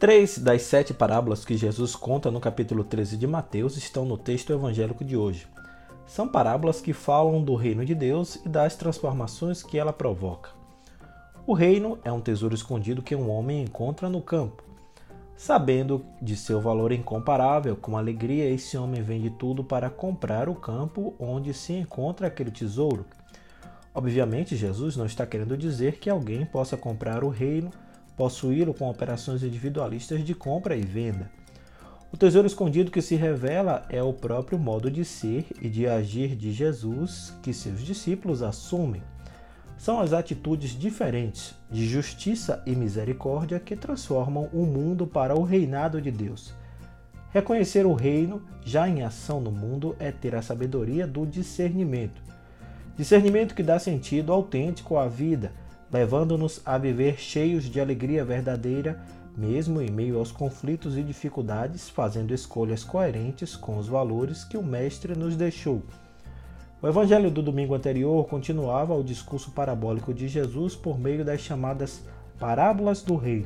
3 das 7 parábolas que Jesus conta no capítulo 13 de Mateus estão no texto evangélico de hoje. São parábolas que falam do reino de Deus e das transformações que ela provoca. O reino é um tesouro escondido que um homem encontra no campo. Sabendo de seu valor incomparável, com alegria esse homem vende tudo para comprar o campo onde se encontra aquele tesouro. Obviamente, Jesus não está querendo dizer que alguém possa comprar o reino, possuí-lo com operações individualistas de compra e venda. O tesouro escondido que se revela é o próprio modo de ser e de agir de Jesus que seus discípulos assumem. São as atitudes diferentes de justiça e misericórdia que transformam o mundo para o reinado de Deus. Reconhecer o reino já em ação no mundo é ter a sabedoria do discernimento. Discernimento que dá sentido autêntico à vida, levando-nos a viver cheios de alegria verdadeira, mesmo em meio aos conflitos e dificuldades, fazendo escolhas coerentes com os valores que o Mestre nos deixou. O evangelho do domingo anterior continuava o discurso parabólico de Jesus por meio das chamadas parábolas do reino.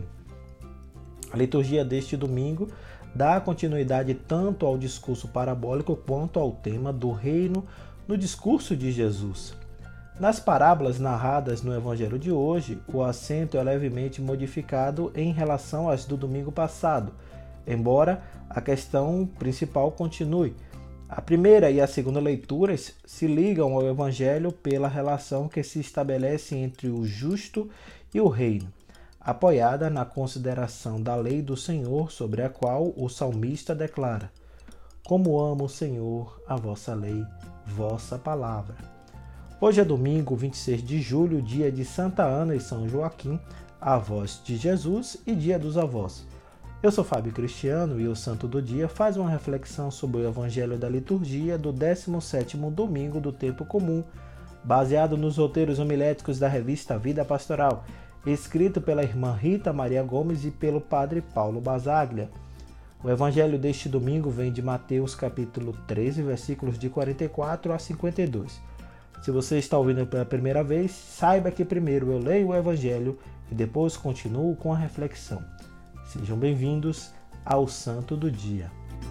A liturgia deste domingo dá continuidade tanto ao discurso parabólico quanto ao tema do reino no discurso de Jesus. Nas parábolas narradas no evangelho de hoje, o acento é levemente modificado em relação às do domingo passado, embora a questão principal continue. A primeira e a segunda leituras se ligam ao evangelho pela relação que se estabelece entre o justo e o reino, apoiada na consideração da lei do Senhor, sobre a qual o salmista declara: "Como amo, Senhor, a vossa lei, vossa palavra." Hoje é domingo, 26 de julho, dia de Santa Ana e São Joaquim, avós de Jesus e dia dos avós. Eu sou Fábio Cristiano e o Santo do Dia faz uma reflexão sobre o Evangelho da Liturgia do 17º domingo do Tempo Comum, baseado nos roteiros homiléticos da revista Vida Pastoral, escrito pela irmã Rita Maria Gomes e pelo padre Paulo Basaglia. O Evangelho deste domingo vem de Mateus capítulo 13, versículos de 44 a 52. Se você está ouvindo pela primeira vez, saiba que primeiro eu leio o Evangelho e depois continuo com a reflexão. Sejam bem-vindos ao Santo do Dia.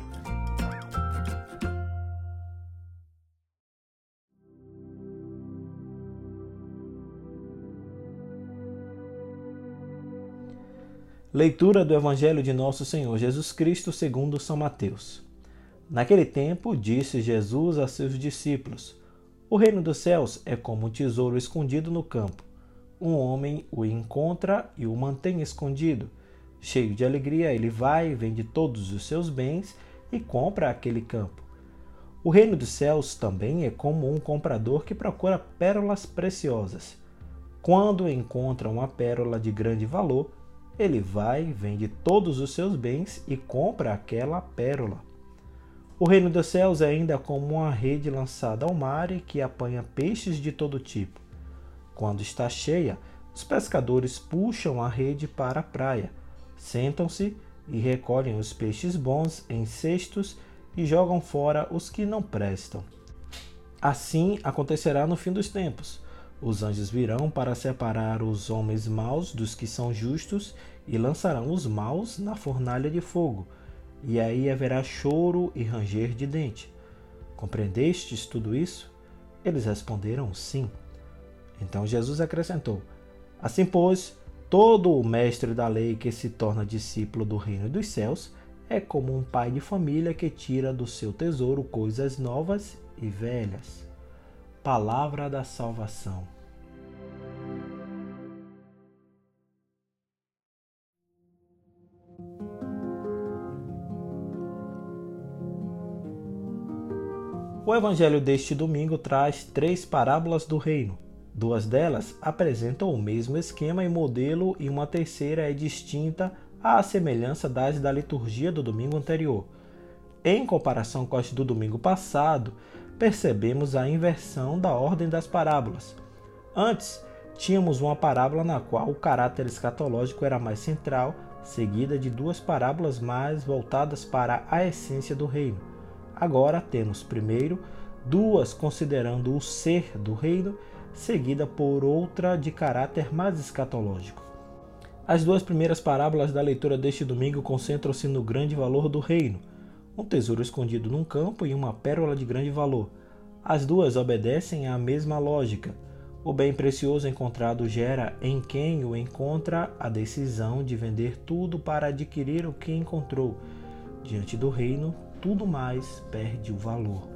Leitura do Evangelho de Nosso Senhor Jesus Cristo segundo São Mateus. Naquele tempo, disse Jesus a seus discípulos: "O reino dos céus é como um tesouro escondido no campo. Um homem o encontra e o mantém escondido. Cheio de alegria, ele vai, vende todos os seus bens e compra aquele campo. O reino dos céus também é como um comprador que procura pérolas preciosas. Quando encontra uma pérola de grande valor, ele vai, vende todos os seus bens e compra aquela pérola. O reino dos céus é ainda como uma rede lançada ao mar e que apanha peixes de todo tipo. Quando está cheia, os pescadores puxam a rede para a praia, sentam-se e recolhem os peixes bons em cestos e jogam fora os que não prestam. Assim acontecerá no fim dos tempos. Os anjos virão para separar os homens maus dos que são justos e lançarão os maus na fornalha de fogo. E aí haverá choro e ranger de dente. Compreendestes tudo isso?" Eles responderam sim. Então Jesus acrescentou: "Assim, pois, todo o mestre da lei que se torna discípulo do reino dos céus é como um pai de família que tira do seu tesouro coisas novas e velhas." Palavra da salvação. O evangelho deste domingo traz 3 parábolas do reino. 2 delas apresentam o mesmo esquema e modelo e uma terceira é distinta à semelhança das da liturgia do domingo anterior. Em comparação com as do domingo passado, percebemos a inversão da ordem das parábolas. Antes, tínhamos uma parábola na qual o caráter escatológico era mais central, seguida de 2 parábolas mais voltadas para a essência do reino. Agora temos primeiro 2 considerando o ser do reino, seguida por outra de caráter mais escatológico. As duas primeiras parábolas da leitura deste domingo concentram-se no grande valor do reino, um tesouro escondido num campo e uma pérola de grande valor. As duas obedecem à mesma lógica. O bem precioso encontrado gera em quem o encontra a decisão de vender tudo para adquirir o que encontrou. Diante do reino, tudo mais perde o valor.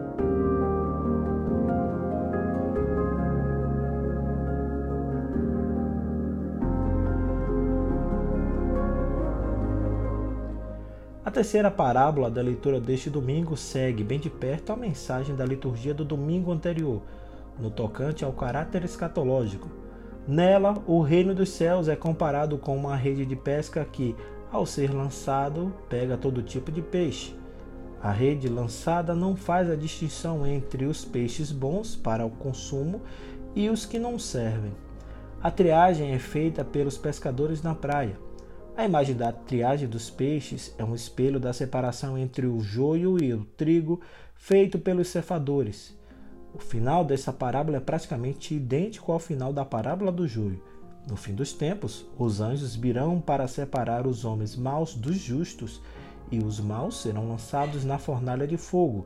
A terceira parábola da leitura deste domingo segue bem de perto a mensagem da liturgia do domingo anterior, no tocante ao caráter escatológico. Nela, o reino dos céus é comparado com uma rede de pesca que, ao ser lançado, pega todo tipo de peixe. A rede lançada não faz a distinção entre os peixes bons para o consumo e os que não servem. A triagem é feita pelos pescadores na praia. A imagem da triagem dos peixes é um espelho da separação entre o joio e o trigo feito pelos ceifadores. O final dessa parábola é praticamente idêntico ao final da parábola do joio. No fim dos tempos, os anjos virão para separar os homens maus dos justos, e os maus serão lançados na fornalha de fogo.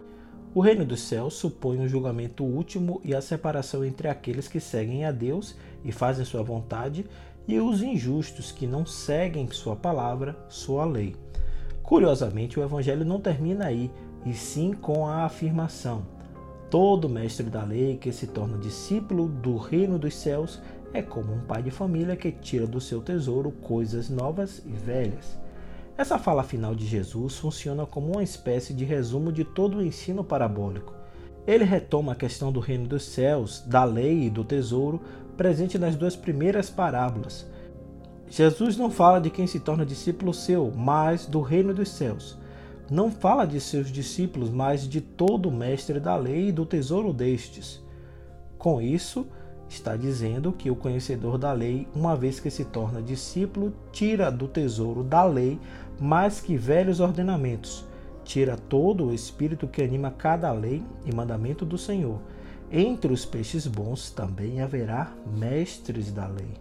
O reino dos céus supõe um julgamento último e a separação entre aqueles que seguem a Deus e fazem sua vontade e os injustos que não seguem sua palavra, sua lei. Curiosamente, o evangelho não termina aí, e sim com a afirmação: todo mestre da lei que se torna discípulo do reino dos céus é como um pai de família que tira do seu tesouro coisas novas e velhas. Essa fala final de Jesus funciona como uma espécie de resumo de todo o ensino parabólico. Ele retoma a questão do reino dos céus, da lei e do tesouro, presente nas duas primeiras parábolas. Jesus não fala de quem se torna discípulo seu, mas do reino dos céus. Não fala de seus discípulos, mas de todo o mestre da lei e do tesouro destes. Com isso, está dizendo que o conhecedor da lei, uma vez que se torna discípulo, tira do tesouro da lei mais que velhos ordenamentos, tira todo o espírito que anima cada lei e mandamento do Senhor. Entre os peixes bons também haverá mestres da lei.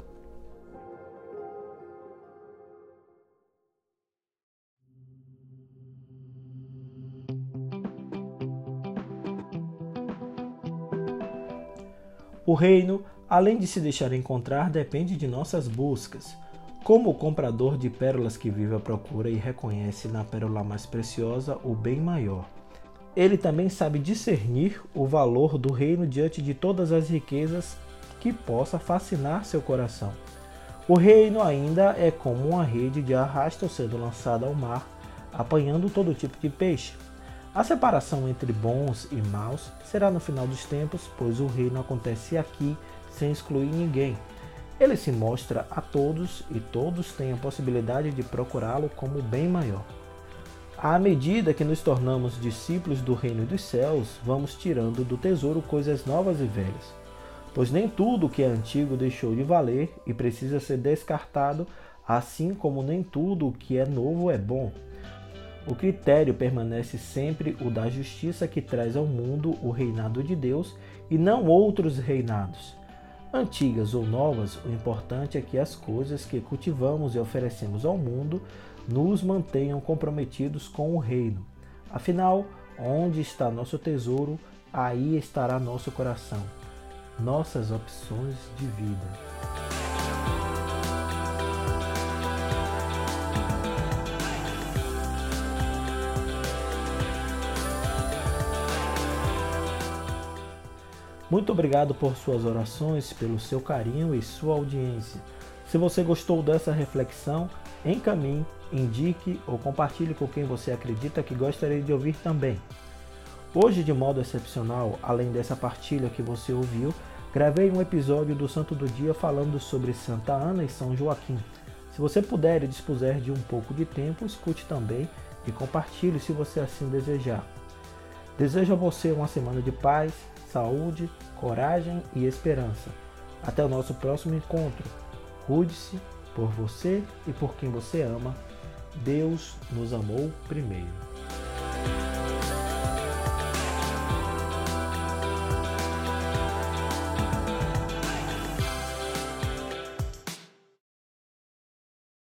O reino, além de se deixar encontrar, depende de nossas buscas. Como o comprador de pérolas que vive à procura e reconhece na pérola mais preciosa o bem maior. Ele também sabe discernir o valor do reino diante de todas as riquezas que possa fascinar seu coração. O reino ainda é como uma rede de arrasto sendo lançada ao mar, apanhando todo tipo de peixe. A separação entre bons e maus será no final dos tempos, pois o reino acontece aqui sem excluir ninguém. Ele se mostra a todos e todos têm a possibilidade de procurá-lo como bem maior. À medida que nos tornamos discípulos do reino dos céus, vamos tirando do tesouro coisas novas e velhas. Pois nem tudo que é antigo deixou de valer e precisa ser descartado, assim como nem tudo o que é novo é bom. O critério permanece sempre o da justiça que traz ao mundo o reinado de Deus e não outros reinados. Antigas ou novas, o importante é que as coisas que cultivamos e oferecemos ao mundo nos mantenham comprometidos com o reino. Afinal, onde está nosso tesouro, aí estará nosso coração, nossas opções de vida. Muito obrigado por suas orações, pelo seu carinho e sua audiência. Se você gostou dessa reflexão, encaminhe, indique ou compartilhe com quem você acredita que gostaria de ouvir também. Hoje, de modo excepcional, além dessa partilha que você ouviu, gravei um episódio do Santo do Dia falando sobre Santa Ana e São Joaquim. Se você puder e dispuser de um pouco de tempo, escute também e compartilhe se você assim desejar. Desejo a você uma semana de paz, saúde, coragem e esperança. Até o nosso próximo encontro. Cuide-se por você e por quem você ama. Deus nos amou primeiro.